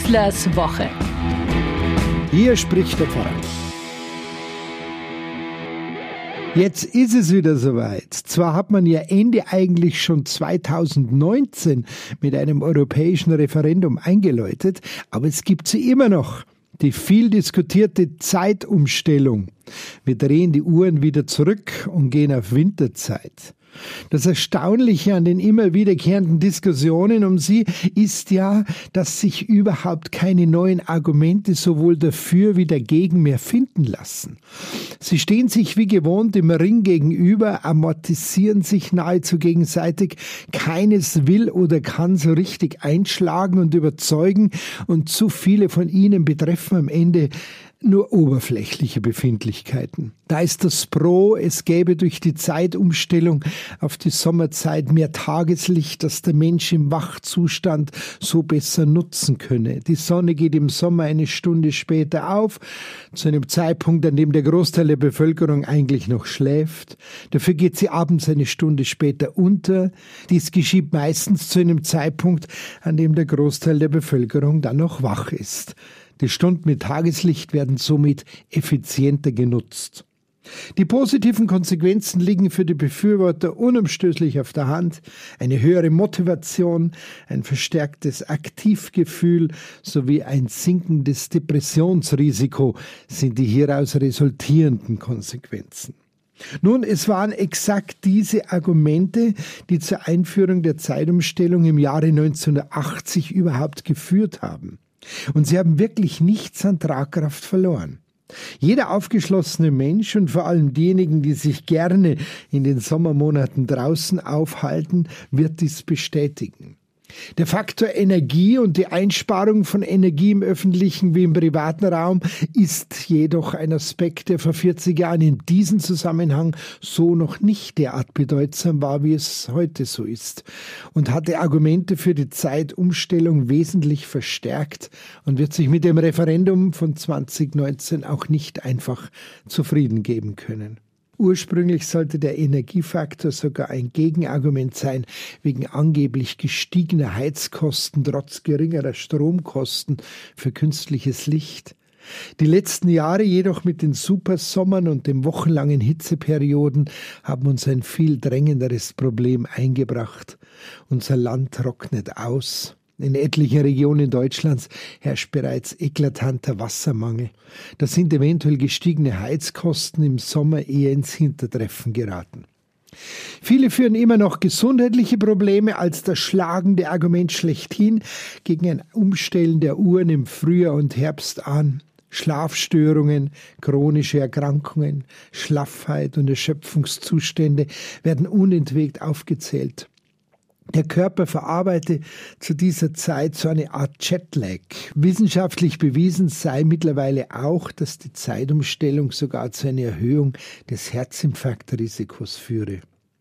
Wieslers Woche. Hier spricht der Pfarrer. Jetzt ist es wieder soweit. Zwar hat man ja Ende eigentlich schon 2019 mit einem europäischen Referendum eingeläutet, aber es gibt sie immer noch. Die viel diskutierte Zeitumstellung. Wir drehen die Uhren wieder zurück und gehen auf Winterzeit. Das Erstaunliche an den immer wiederkehrenden Diskussionen um sie ist ja, dass sich überhaupt keine neuen Argumente sowohl dafür wie dagegen mehr finden lassen. Sie stehen sich wie gewohnt im Ring gegenüber, amortisieren sich nahezu gegenseitig. Keines will oder kann so richtig einschlagen und überzeugen und zu viele von ihnen betreffen am Ende nur oberflächliche Befindlichkeiten. Da ist das Pro, es gäbe durch die Zeitumstellung auf die Sommerzeit mehr Tageslicht, das der Mensch im Wachzustand so besser nutzen könne. Die Sonne geht im Sommer eine Stunde später auf, zu einem Zeitpunkt, an dem der Großteil der Bevölkerung eigentlich noch schläft. Dafür geht sie abends eine Stunde später unter. Dies geschieht meistens zu einem Zeitpunkt, an dem der Großteil der Bevölkerung dann noch wach ist. Die Stunden mit Tageslicht werden somit effizienter genutzt. Die positiven Konsequenzen liegen für die Befürworter unumstößlich auf der Hand. Eine höhere Motivation, ein verstärktes Aktivgefühl sowie ein sinkendes Depressionsrisiko sind die hieraus resultierenden Konsequenzen. Nun, es waren exakt diese Argumente, die zur Einführung der Zeitumstellung im Jahre 1980 überhaupt geführt haben. Und sie haben wirklich nichts an Tragkraft verloren. Jeder aufgeschlossene Mensch und vor allem diejenigen, die sich gerne in den Sommermonaten draußen aufhalten, wird dies bestätigen. Der Faktor Energie und die Einsparung von Energie im öffentlichen wie im privaten Raum ist jedoch ein Aspekt, der vor 40 Jahren in diesem Zusammenhang so noch nicht derart bedeutsam war, wie es heute so ist, und hat die Argumente für die Zeitumstellung wesentlich verstärkt und wird sich mit dem Referendum von 2019 auch nicht einfach zufrieden geben können. Ursprünglich sollte der Energiefaktor sogar ein Gegenargument sein, wegen angeblich gestiegener Heizkosten trotz geringerer Stromkosten für künstliches Licht. Die letzten Jahre jedoch mit den Supersommern und den wochenlangen Hitzeperioden haben uns ein viel drängenderes Problem eingebracht. Unser Land trocknet aus. In etlichen Regionen Deutschlands herrscht bereits eklatanter Wassermangel. Da sind eventuell gestiegene Heizkosten im Sommer eher ins Hintertreffen geraten. Viele führen immer noch gesundheitliche Probleme als das schlagende Argument schlechthin gegen ein Umstellen der Uhren im Frühjahr und Herbst an. Schlafstörungen, chronische Erkrankungen, Schlaffheit und Erschöpfungszustände werden unentwegt aufgezählt. Der Körper verarbeitet zu dieser Zeit so eine Art Jetlag. Wissenschaftlich bewiesen sei mittlerweile auch, dass die Zeitumstellung sogar zu einer Erhöhung des Herzinfarktrisikos führe.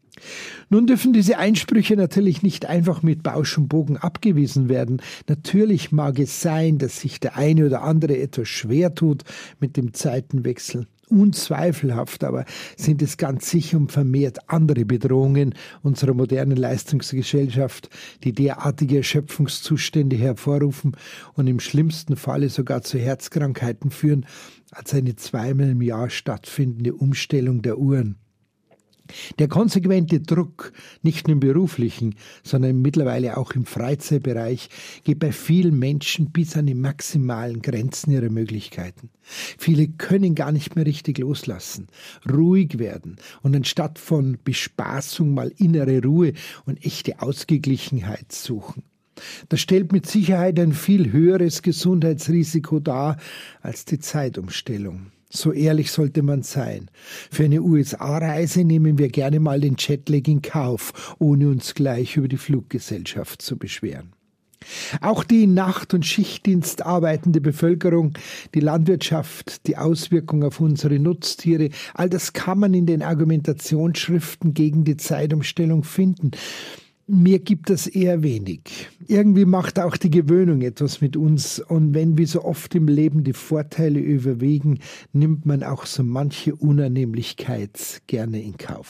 Nun dürfen diese Einsprüche natürlich nicht einfach mit Bausch und Bogen abgewiesen werden. Natürlich mag es sein, dass sich der eine oder andere etwas schwer tut mit dem Zeitenwechsel. Unzweifelhaft aber sind es ganz sicher und vermehrt andere Bedrohungen unserer modernen Leistungsgesellschaft, die derartige Erschöpfungszustände hervorrufen und im schlimmsten Falle sogar zu Herzkrankheiten führen, als eine zweimal im Jahr stattfindende Umstellung der Uhren. Der konsequente Druck, nicht nur im beruflichen, sondern mittlerweile auch im Freizeitbereich, geht bei vielen Menschen bis an die maximalen Grenzen ihrer Möglichkeiten. Viele können gar nicht mehr richtig loslassen, ruhig werden und anstatt von Bespaßung mal innere Ruhe und echte Ausgeglichenheit suchen. Das stellt mit Sicherheit ein viel höheres Gesundheitsrisiko dar als die Zeitumstellung. So ehrlich sollte man sein. Für eine USA-Reise nehmen wir gerne mal den Jetlag in Kauf, ohne uns gleich über die Fluggesellschaft zu beschweren. Auch die in Nacht- und Schichtdienst arbeitende Bevölkerung, die Landwirtschaft, die Auswirkungen auf unsere Nutztiere, all das kann man in den Argumentationsschriften gegen die Zeitumstellung finden. Mir gibt das eher wenig. Irgendwie macht auch die Gewöhnung etwas mit uns und wenn wie so oft im Leben die Vorteile überwiegen, nimmt man auch so manche Unannehmlichkeit gerne in Kauf.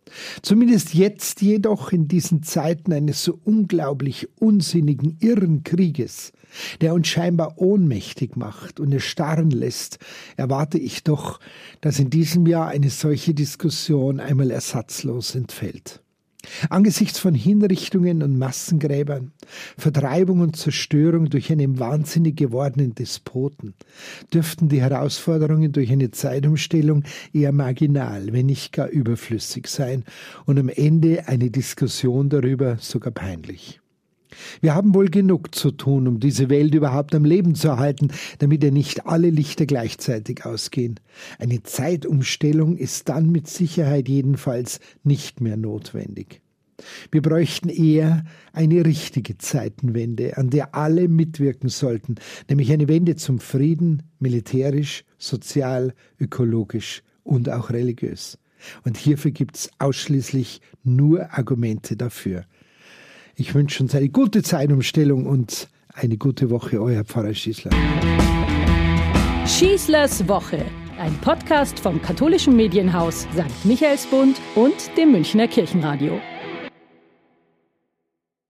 Zumindest jetzt jedoch in diesen Zeiten eines so unglaublich unsinnigen, irren Krieges, der uns scheinbar ohnmächtig macht und erstarren lässt, erwarte ich doch, dass in diesem Jahr eine solche Diskussion einmal ersatzlos entfällt. Angesichts von Hinrichtungen und Massengräbern, Vertreibung und Zerstörung durch einen wahnsinnig gewordenen Despoten, dürften die Herausforderungen durch eine Zeitumstellung eher marginal, wenn nicht gar überflüssig sein und am Ende eine Diskussion darüber sogar peinlich. Wir haben wohl genug zu tun, um diese Welt überhaupt am Leben zu erhalten, damit ihr nicht alle Lichter gleichzeitig ausgehen. Eine Zeitumstellung ist dann mit Sicherheit jedenfalls nicht mehr notwendig. Wir bräuchten eher eine richtige Zeitenwende, an der alle mitwirken sollten, nämlich eine Wende zum Frieden, militärisch, sozial, ökologisch und auch religiös. Und hierfür gibt's ausschließlich nur Argumente dafür. Ich wünsche uns eine gute Zeitumstellung und eine gute Woche, euer Pfarrer Schießler. Schießlers Woche, ein Podcast vom katholischen Medienhaus St. Michaelsbund und dem Münchner Kirchenradio.